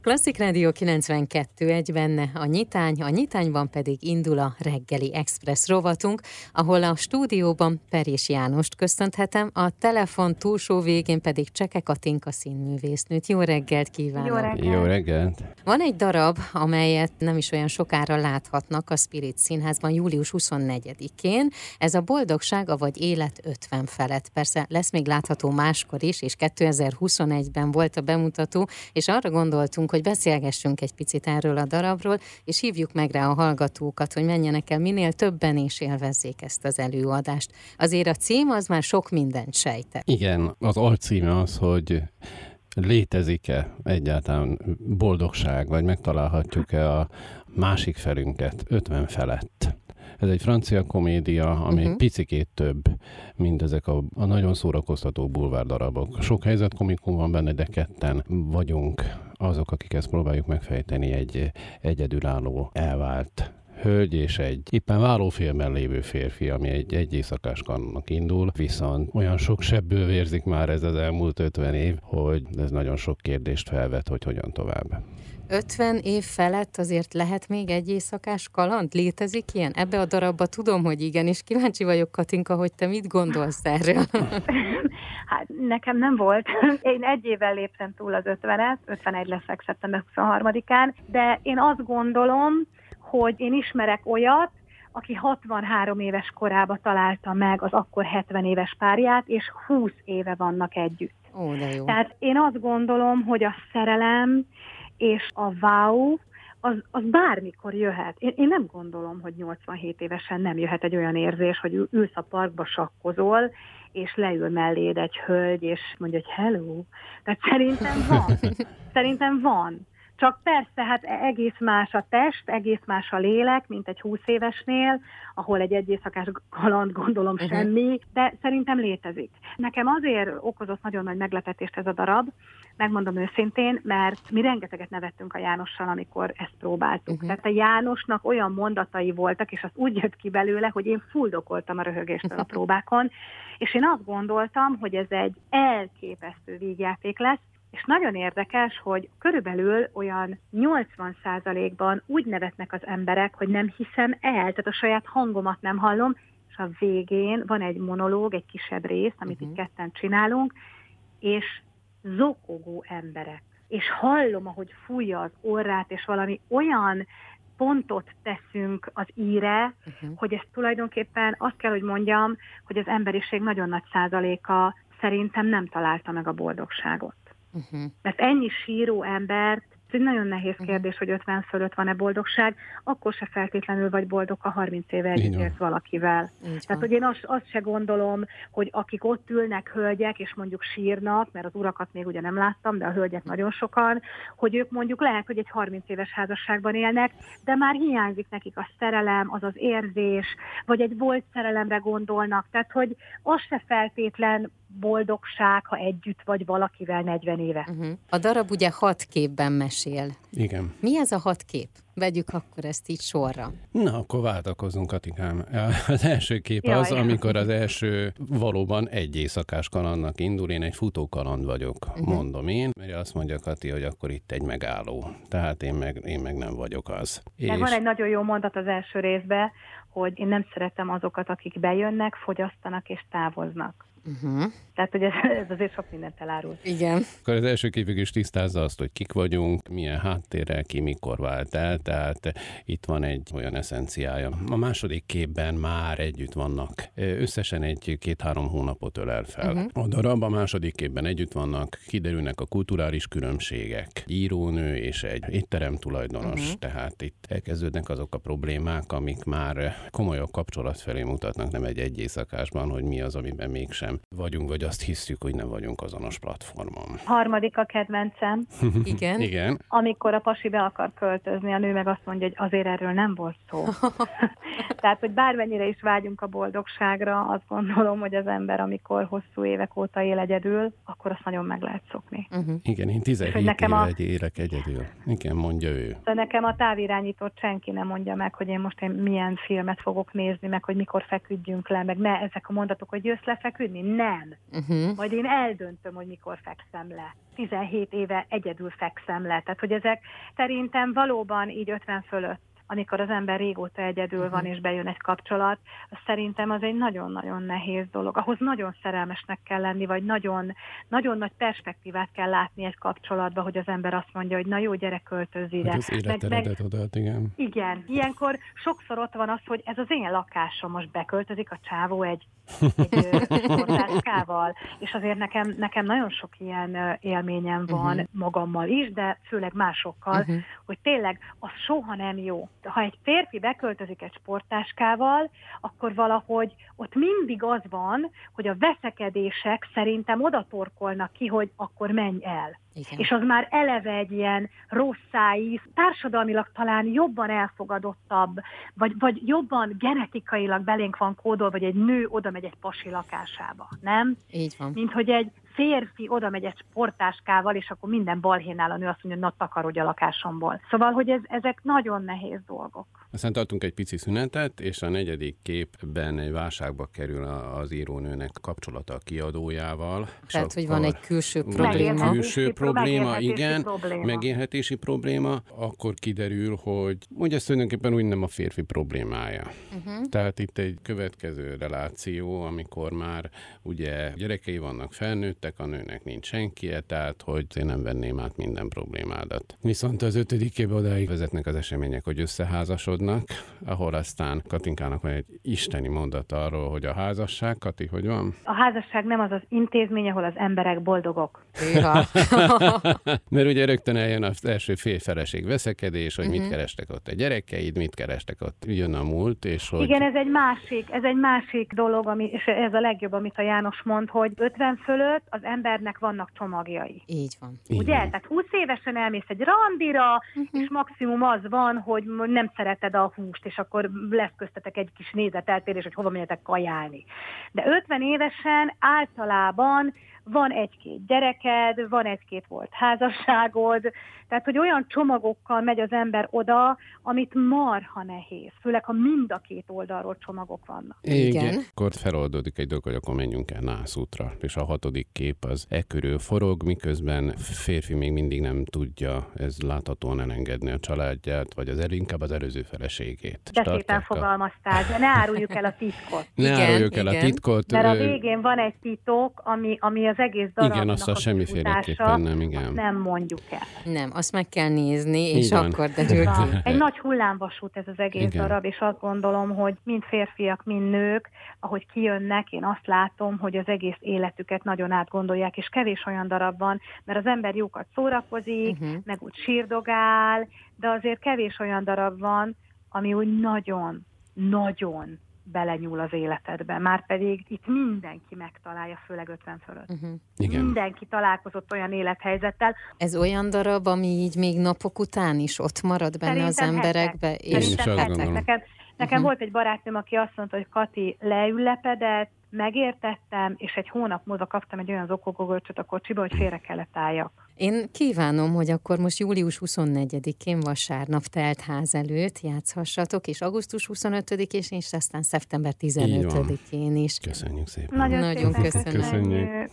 Klasszik Rádió 92.1, benne a Nyitányban pedig indul a reggeli express rovatunk, ahol a stúdióban Perés Jánost köszönhetem, a telefon túlsó végén pedig Cseke Katinka színművésznőt. Jó reggelt kívánok! Jó reggelt! Jó reggelt! Van egy darab, amelyet nem is olyan sokára láthatnak a Spirit Színházban július 24-én. Ez a Boldogság, avagy Élet 50 felett. Persze lesz még látható máskor is, és 2021-ben volt a bemutató, és arra gondoltunk, hogy beszélgessünk egy picit erről a darabról, és hívjuk meg rá a hallgatókat, hogy menjenek el minél többen és élvezzék ezt az előadást. Azért a cím az már sok mindent sejtett. Igen, az alcíme az, hogy létezik-e egyáltalán boldogság, vagy megtalálhatjuk-e a másik felünket 50 felett. Ez egy francia komédia, ami egy picikét több, mint ezek a nagyon szórakoztató bulvárdarabok. Sok helyzetkomikum van benne, de ketten vagyunk azok, akik ezt próbáljuk megfejteni, egy egyedülálló, elvált hölgy és egy éppen vállófélben lévő férfi, ami egy éjszakás kalandnak indul, viszont olyan sok sebből vérzik már ez az elmúlt 50 év, hogy ez nagyon sok kérdést felvet, hogy hogyan tovább. 50 év felett azért lehet még egy éjszakás kaland? Létezik ilyen? Ebbe a darabba tudom, hogy igen, és kíváncsi vagyok, Katinka, hogy te mit gondolsz erről? Hát nekem nem volt. Én egy évvel léptem túl az 50-et, 51 leszek szeptember 23-án, de én azt gondolom, hogy én ismerek olyat, aki 63 éves korában találta meg az akkor 70 éves párját, és 20 éve vannak együtt. Ó, de jó. Tehát én azt gondolom, hogy a szerelem és a wow, az bármikor jöhet. Én nem gondolom, hogy 87 évesen nem jöhet egy olyan érzés, hogy ülsz a parkba sakkozol, és leül melléd egy hölgy, és mondja, hogy hello. Tehát szerintem van. Csak persze, hát egész más a test, egész más a lélek, mint egy 20 évesnél, ahol egy éjszakás kaland gondolom semmi, de szerintem létezik. Nekem azért okozott nagyon nagy meglepetést ez a darab, megmondom őszintén, mert mi rengeteget nevettünk a Jánossal, amikor ezt próbáltuk. Tehát a Jánosnak olyan mondatai voltak, és az úgy jött ki belőle, hogy én fuldokoltam a röhögéstől a próbákon, és én azt gondoltam, hogy ez egy elképesztő vígjáték lesz, és nagyon érdekes, hogy körülbelül olyan 80%-ban úgy nevetnek az emberek, hogy nem hiszem el, tehát a saját hangomat nem hallom, és a végén van egy monológ, egy kisebb rész, amit itt ketten csinálunk, és zokogó emberek. És hallom, ahogy fújja az orrát, és valami olyan pontot teszünk az íre, hogy ez tulajdonképpen azt kell, hogy mondjam, hogy az emberiség nagyon nagy százaléka szerintem nem találta meg a boldogságot. Mert ennyi síró embert, ez egy nagyon nehéz kérdés, hogy 50 fölött van-e boldogság, akkor se feltétlenül vagy boldog, ha 30 éve együtt élsz valakivel. Tehát, hogy én azt se gondolom, hogy akik ott ülnek hölgyek, és mondjuk sírnak, mert az urakat még ugye nem láttam, de a hölgyek nagyon sokan, hogy ők mondjuk lehet, hogy egy 30 éves házasságban élnek, de már hiányzik nekik a szerelem, az az érzés, vagy egy volt szerelemre gondolnak. Tehát, hogy az se feltétlen boldogság, ha együtt vagy valakivel 40 éve. A darab ugye 6 képben mesél. Igen. Mi ez a 6 kép? Vegyük akkor ezt így sorra. Na, akkor váltakozunk, Katikám. Az első kép az, amikor az első valóban egy éjszakás kalandnak indul, én egy futókaland vagyok, mondom én, mert azt mondja Kati, hogy akkor itt egy megálló. Tehát én meg nem vagyok az. Meg van egy nagyon jó mondat az első részben, hogy én nem szeretem azokat, akik bejönnek, fogyasztanak és távoznak. Tehát, hogy ez azért sok mindent elárul. Igen. Akkor az első képig is tisztázza azt, hogy kik vagyunk, milyen háttérrel, ki mikor vált el, tehát itt van egy olyan eszenciája. A második képben már együtt vannak. Összesen egy 2-3 hónapot ölel fel. A darab a második képben együtt vannak, kiderülnek a kulturális különbségek. Egy írónő és egy étterem tulajdonos, tehát itt elkezdődnek azok a problémák, amik már komolyabb kapcsolat felé mutatnak, nem egy éjszakásban, hogy mi az, amiben mégsem vagyunk, vagy azt hiszük, hogy nem vagyunk azonos platformon. Harmadik a kedvencem. Igen. Igen. Amikor a pasi be akar költözni, a nő meg azt mondja, hogy azért erről nem volt szó. Tehát, hogy bármennyire is vágyunk a boldogságra, azt gondolom, hogy az ember, amikor hosszú évek óta él egyedül, akkor azt nagyon meg lehet szokni. Igen, én 17 éve élek egyedül. Igen, mondja ő. De nekem a távirányítót senki nem mondja meg, hogy én milyen filmet fogok nézni, meg hogy mikor feküdjünk le, meg ne ezek a mondatok, hogy jössz le feküdni? Nem. Majd én eldöntöm, hogy mikor fekszem le. 17 éve egyedül fekszem le. Tehát, hogy ezek szerintem valóban így 50 fölött, amikor az ember régóta egyedül van, és bejön egy kapcsolat, az szerintem az egy nagyon-nagyon nehéz dolog. Ahhoz nagyon szerelmesnek kell lenni, vagy nagyon, nagyon nagy perspektívát kell látni egy kapcsolatba, hogy az ember azt mondja, hogy na jó, gyere, költözz ide. Az életeredet odaad, igen. Igen. Ilyenkor sokszor ott van az, hogy ez az én lakásom, most beköltözik a csávó egy sportáskával, és azért nekem nagyon sok ilyen élményem van magammal is, de főleg másokkal, hogy tényleg az soha nem jó. Ha egy férfi beköltözik egy sportáskával, akkor valahogy ott mindig az van, hogy a veszekedések szerintem oda torkolnak ki, hogy akkor menj el. Igen. És az már eleve egy ilyen rosszáíz, társadalmilag talán jobban elfogadottabb, vagy jobban genetikailag belénk van kódol, vagy egy nő oda megy egy pasi lakásába, nem? Így van. Mint hogy egy férfi oda megy egy sportáskával, és akkor minden balhénál a nő azt mondja, na takarodj a lakásomból. Szóval, hogy ezek nagyon nehéz dolgok. Aztán tartunk egy pici szünetet, és a 4. képben egy válságba kerül az írónőnek kapcsolata a kiadójával. Tehát, hogy van egy külső probléma. Külső probléma, igen, megélhetési probléma. Akkor kiderül, hogy ez tulajdonképpen úgy nem a férfi problémája. Tehát itt egy következő reláció, amikor már ugye gyerekei vannak, felnőttek, a nőnek nincs senkie, tehát hogy én nem venném át minden problémádat. Viszont az 5. képben odáig vezetnek az események, hogy összeházasodnak, ahol aztán Katinkának van egy isteni mondat arról, hogy a házasság, Kati, hogy van? A házasság nem az az intézmény, ahol az emberek boldogok. Mert ugye rögtön eljön az első félfeleség veszekedés, hogy mit kerestek ott a gyerekeid, mit kerestek ott, jön a múlt, és hogy... Igen, ez egy másik dolog, és ez a legjobb, amit a János mond, hogy 50 fölött az embernek vannak csomagjai. Így van. Ugye? Tehát 20 évesen elmész egy randira, és maximum az van, hogy nem szereted a húst, és akkor lesz köztetek egy kis nézeteltérés, hogy hova menjetek kajálni. De 50 évesen általában van 1-2 gyereked, van 1-2 volt házasságod, tehát, hogy olyan csomagokkal megy az ember oda, amit marha nehéz, főleg, ha mind a 2 oldalról csomagok vannak. Igen. Akkor feloldódik egy dolog, hogy akkor menjünk el nászútra. És a 6. kép az körül forog, miközben férfi még mindig nem tudja ez láthatóan elengedni a családját, vagy inkább az előző feleségét. De szépen fogalmaztál, de ne áruljuk el a titkot. A titkot. Mert a végén van egy titok, ami az egész darabnak igen, azt semmiféleképpen nem, igen. Azt nem mondjuk el. Nem, azt meg kell nézni, és akkor derül ki. Egy nagy hullámvasút ez az egész darab, és azt gondolom, hogy mind férfiak, mind nők, ahogy kijönnek, én azt látom, hogy az egész életüket nagyon átgondolják, és kevés olyan darab van, mert az ember jókat szórakozik, meg úgy sírdogál, de azért kevés olyan darab van, ami úgy nagyon belenyúl az életedbe. Márpedig itt mindenki megtalálja, főleg 50 fölött. Mindenki találkozott olyan élethelyzettel. Ez olyan darab, ami így még napok után is ott marad benne az emberekbe? Nekem volt egy barátnőm, aki azt mondta, hogy Kati, leüllepedett, megértettem, és egy hónap múlva kaptam egy olyan zokogógörcsöt a kocsiba, hogy félre kellett álljak. Én kívánom, hogy akkor most július 24-én vasárnap telt ház előtt játszhassatok, és augusztus 25-én, és aztán szeptember 15-én is. Köszönjük szépen. Nagyon köszönöm. Köszönjük.